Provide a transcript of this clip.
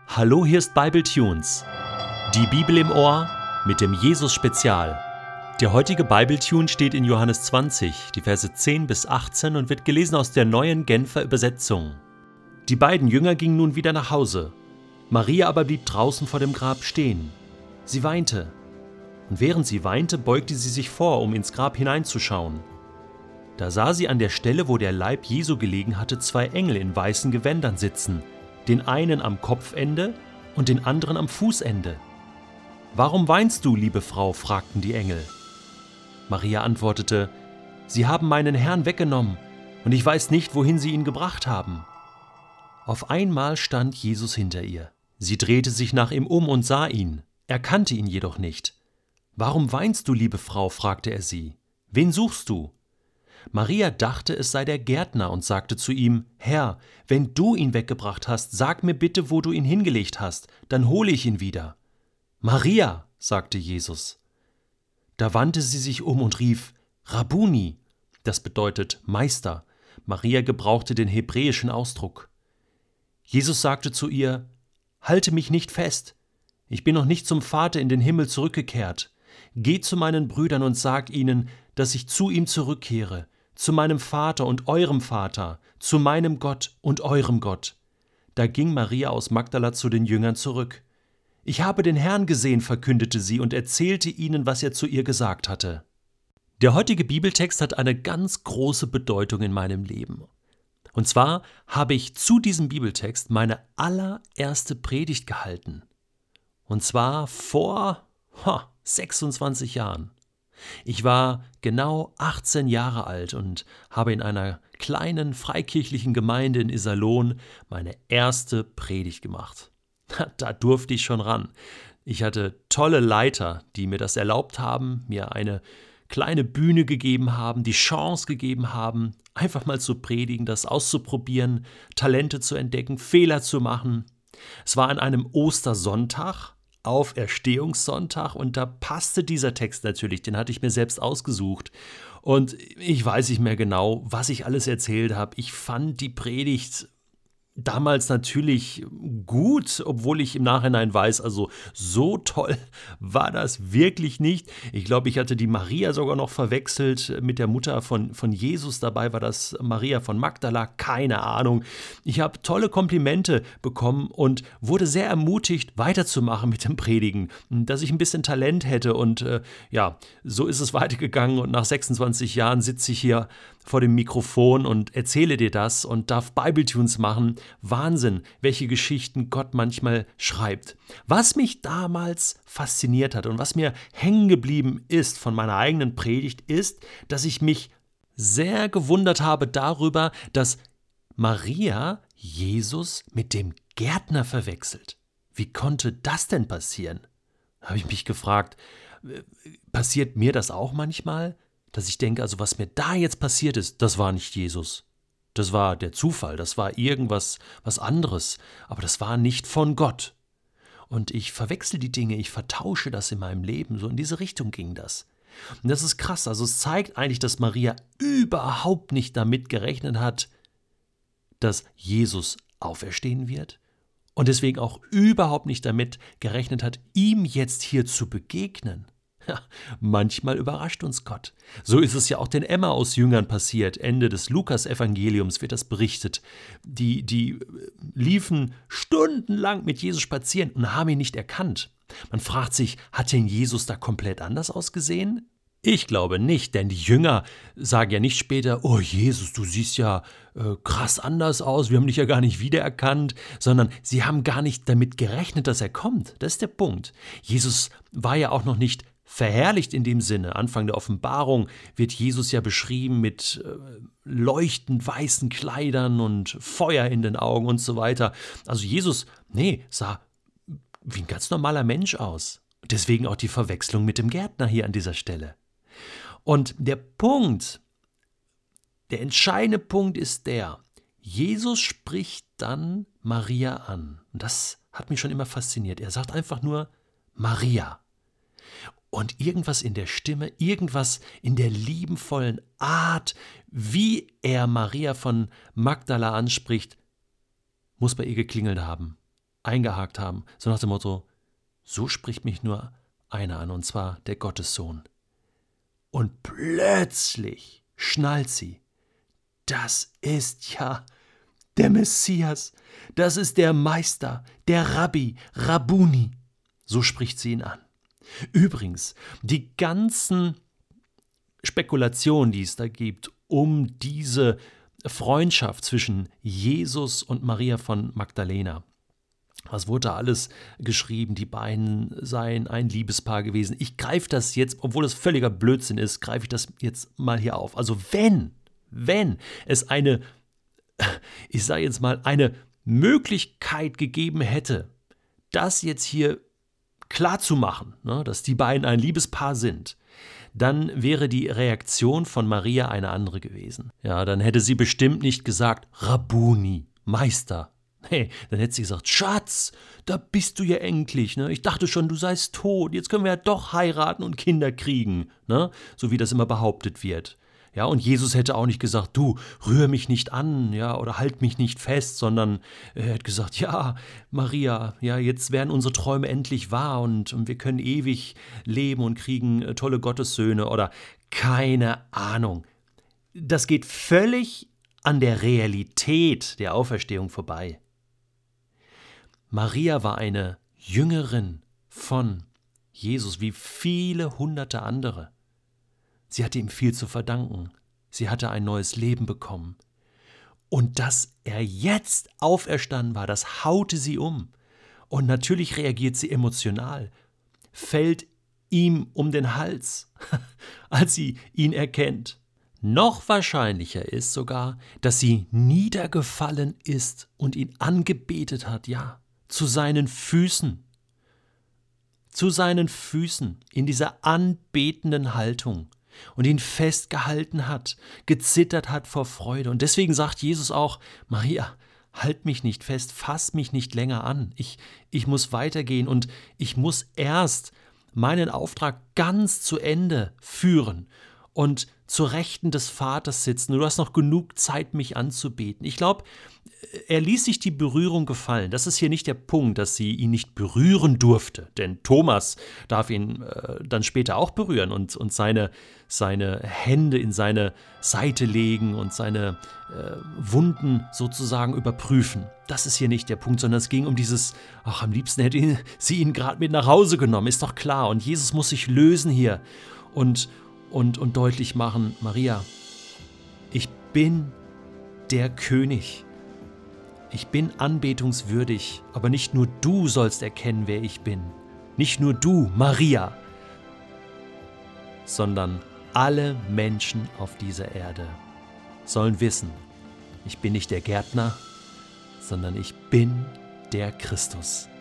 Hallo, hier ist Bibletunes. Die Bibel im Ohr mit dem Jesus-Spezial. Der heutige Bibletune steht in Johannes 20, die Verse 10 bis 18 und wird gelesen aus der neuen Genfer Übersetzung. Die beiden Jünger gingen nun wieder nach Hause. Maria aber blieb draußen vor dem Grab stehen. Sie weinte. Und während sie weinte, beugte sie sich vor, um ins Grab hineinzuschauen. Da sah sie an der Stelle, wo der Leib Jesu gelegen hatte, zwei Engel in weißen Gewändern sitzen, den einen am Kopfende und den anderen am Fußende. »Warum weinst du, liebe Frau?« fragten die Engel. Maria antwortete, »Sie haben meinen Herrn weggenommen, und ich weiß nicht, wohin sie ihn gebracht haben.« Auf einmal stand Jesus hinter ihr. Sie drehte sich nach ihm um und sah ihn, erkannte ihn jedoch nicht. »Warum weinst du, liebe Frau?« fragte er sie. »Wen suchst du?« Maria dachte, es sei der Gärtner und sagte zu ihm, »Herr, wenn du ihn weggebracht hast, sag mir bitte, wo du ihn hingelegt hast, dann hole ich ihn wieder.« »Maria«, sagte Jesus. Da wandte sie sich um und rief, »Rabbuni«, das bedeutet Meister. Maria gebrauchte den hebräischen Ausdruck. Jesus sagte zu ihr, »Halte mich nicht fest, ich bin noch nicht zum Vater in den Himmel zurückgekehrt. Geh zu meinen Brüdern und sag ihnen, dass ich zu ihm zurückkehre, zu meinem Vater und eurem Vater, zu meinem Gott und eurem Gott.« Da ging Maria aus Magdala zu den Jüngern zurück. »Ich habe den Herrn gesehen«, verkündete sie und erzählte ihnen, was er zu ihr gesagt hatte. Der heutige Bibeltext hat eine ganz große Bedeutung in meinem Leben. Und zwar habe ich zu diesem Bibeltext meine allererste Predigt gehalten. Und zwar vor 26 Jahren. Ich war genau 18 Jahre alt und habe in einer kleinen freikirchlichen Gemeinde in Iserlohn meine erste Predigt gemacht. Da durfte ich schon ran. Ich hatte tolle Leiter, die mir das erlaubt haben, mir eine kleine Bühne gegeben haben, die Chance gegeben haben, einfach mal zu predigen, das auszuprobieren, Talente zu entdecken, Fehler zu machen. Es war an einem Ostersonntag, Auferstehungssonntag, und da passte dieser Text natürlich, den hatte ich mir selbst ausgesucht. Und ich weiß nicht mehr genau, was ich alles erzählt habe. Ich fand die Predigt damals natürlich gut, obwohl ich im Nachhinein weiß, also so toll war das wirklich nicht. Ich glaube, ich hatte die Maria sogar noch verwechselt mit der Mutter von Jesus. Dabei war das Maria von Magdala, keine Ahnung. Ich habe tolle Komplimente bekommen und wurde sehr ermutigt, weiterzumachen mit dem Predigen, dass ich ein bisschen Talent hätte. Und so ist es weitergegangen. Und nach 26 Jahren sitze ich hier vor dem Mikrofon und erzähle dir das und darf Bibletunes machen. Wahnsinn, welche Geschichten Gott manchmal schreibt. Was mich damals fasziniert hat und was mir hängen geblieben ist von meiner eigenen Predigt, ist, dass ich mich sehr gewundert habe darüber, dass Maria Jesus mit dem Gärtner verwechselt. Wie konnte das denn passieren? Habe ich mich gefragt, passiert mir das auch manchmal? Dass ich denke, also was mir da jetzt passiert ist, das war nicht Jesus. Das war der Zufall, das war irgendwas was anderes, aber das war nicht von Gott. Und ich verwechsel die Dinge, ich vertausche das in meinem Leben, so in diese Richtung ging das. Und das ist krass, also es zeigt eigentlich, dass Maria überhaupt nicht damit gerechnet hat, dass Jesus auferstehen wird und deswegen auch überhaupt nicht damit gerechnet hat, ihm jetzt hier zu begegnen. Ja, manchmal überrascht uns Gott. So ist es ja auch den Emmaus-Jüngern passiert. Ende des Lukas-Evangeliums wird das berichtet. Die liefen stundenlang mit Jesus spazieren und haben ihn nicht erkannt. Man fragt sich, hat denn Jesus da komplett anders ausgesehen? Ich glaube nicht, denn die Jünger sagen ja nicht später, oh Jesus, du siehst ja krass anders aus, wir haben dich ja gar nicht wiedererkannt, sondern sie haben gar nicht damit gerechnet, dass er kommt. Das ist der Punkt. Jesus war ja auch noch nicht verherrlicht in dem Sinne. Anfang der Offenbarung wird Jesus ja beschrieben mit leuchtend weißen Kleidern und Feuer in den Augen und so weiter. Also Jesus, sah wie ein ganz normaler Mensch aus. Deswegen auch die Verwechslung mit dem Gärtner hier an dieser Stelle. Und der entscheidende Punkt ist der, Jesus spricht dann Maria an. Und das hat mich schon immer fasziniert. Er sagt einfach nur Maria. Und irgendwas in der Stimme, irgendwas in der liebenvollen Art, wie er Maria von Magdala anspricht, muss bei ihr geklingelt haben. eingehakt haben, so nach dem Motto, so spricht mich nur einer an, und zwar der Gottessohn. Und plötzlich schnallt sie, das ist ja der Messias, das ist der Meister, der Rabbi, Rabbuni. So spricht sie ihn an. Übrigens, die ganzen Spekulationen, die es da gibt, um diese Freundschaft zwischen Jesus und Maria von Magdalena. Was wurde da alles geschrieben? Die beiden seien ein Liebespaar gewesen. Ich greife das jetzt, obwohl es völliger Blödsinn ist, greife ich das jetzt mal hier auf. Also wenn es eine, ich sage jetzt mal, eine Möglichkeit gegeben hätte, das jetzt hier klar zu machen, ne, dass die beiden ein Liebespaar sind, dann wäre die Reaktion von Maria eine andere gewesen. Ja, dann hätte sie bestimmt nicht gesagt, Rabbuni, Meister. Nee, dann hätte sie gesagt, Schatz, da bist du ja endlich, ne? Ich dachte schon, du seist tot, jetzt können wir ja doch heiraten und Kinder kriegen, ne? So wie das immer behauptet wird. Ja, und Jesus hätte auch nicht gesagt, du, rühr mich nicht an, ja, oder halt mich nicht fest, sondern er hätte gesagt, ja, Maria, ja, jetzt werden unsere Träume endlich wahr und wir können ewig leben und kriegen tolle Gottessöhne oder keine Ahnung. Das geht völlig an der Realität der Auferstehung vorbei. Maria war eine Jüngerin von Jesus, wie viele hunderte andere. Sie hatte ihm viel zu verdanken. Sie hatte ein neues Leben bekommen. Und dass er jetzt auferstanden war, das haute sie um. Und natürlich reagiert sie emotional, fällt ihm um den Hals, als sie ihn erkennt. Noch wahrscheinlicher ist sogar, dass sie niedergefallen ist und ihn angebetet hat, ja, zu seinen Füßen. Zu seinen Füßen, in dieser anbetenden Haltung. Und ihn festgehalten hat, gezittert hat vor Freude. Und deswegen sagt Jesus auch, Maria, halt mich nicht fest, fass mich nicht länger an. Ich muss weitergehen und ich muss erst meinen Auftrag ganz zu Ende führen und zur Rechten des Vaters sitzen. Du hast noch genug Zeit, mich anzubeten. Ich glaube, er ließ sich die Berührung gefallen. Das ist hier nicht der Punkt, dass sie ihn nicht berühren durfte. Denn Thomas darf ihn dann später auch berühren und seine Hände in seine Seite legen und seine Wunden sozusagen überprüfen. Das ist hier nicht der Punkt, sondern es ging um dieses, ach, am liebsten hätte sie ihn gerade mit nach Hause genommen, ist doch klar. Und Jesus muss sich lösen hier und deutlich machen, Maria, ich bin der König. Ich bin anbetungswürdig, aber nicht nur du sollst erkennen, wer ich bin. Nicht nur du, Maria, sondern alle Menschen auf dieser Erde sollen wissen, ich bin nicht der Gärtner, sondern ich bin der Christus.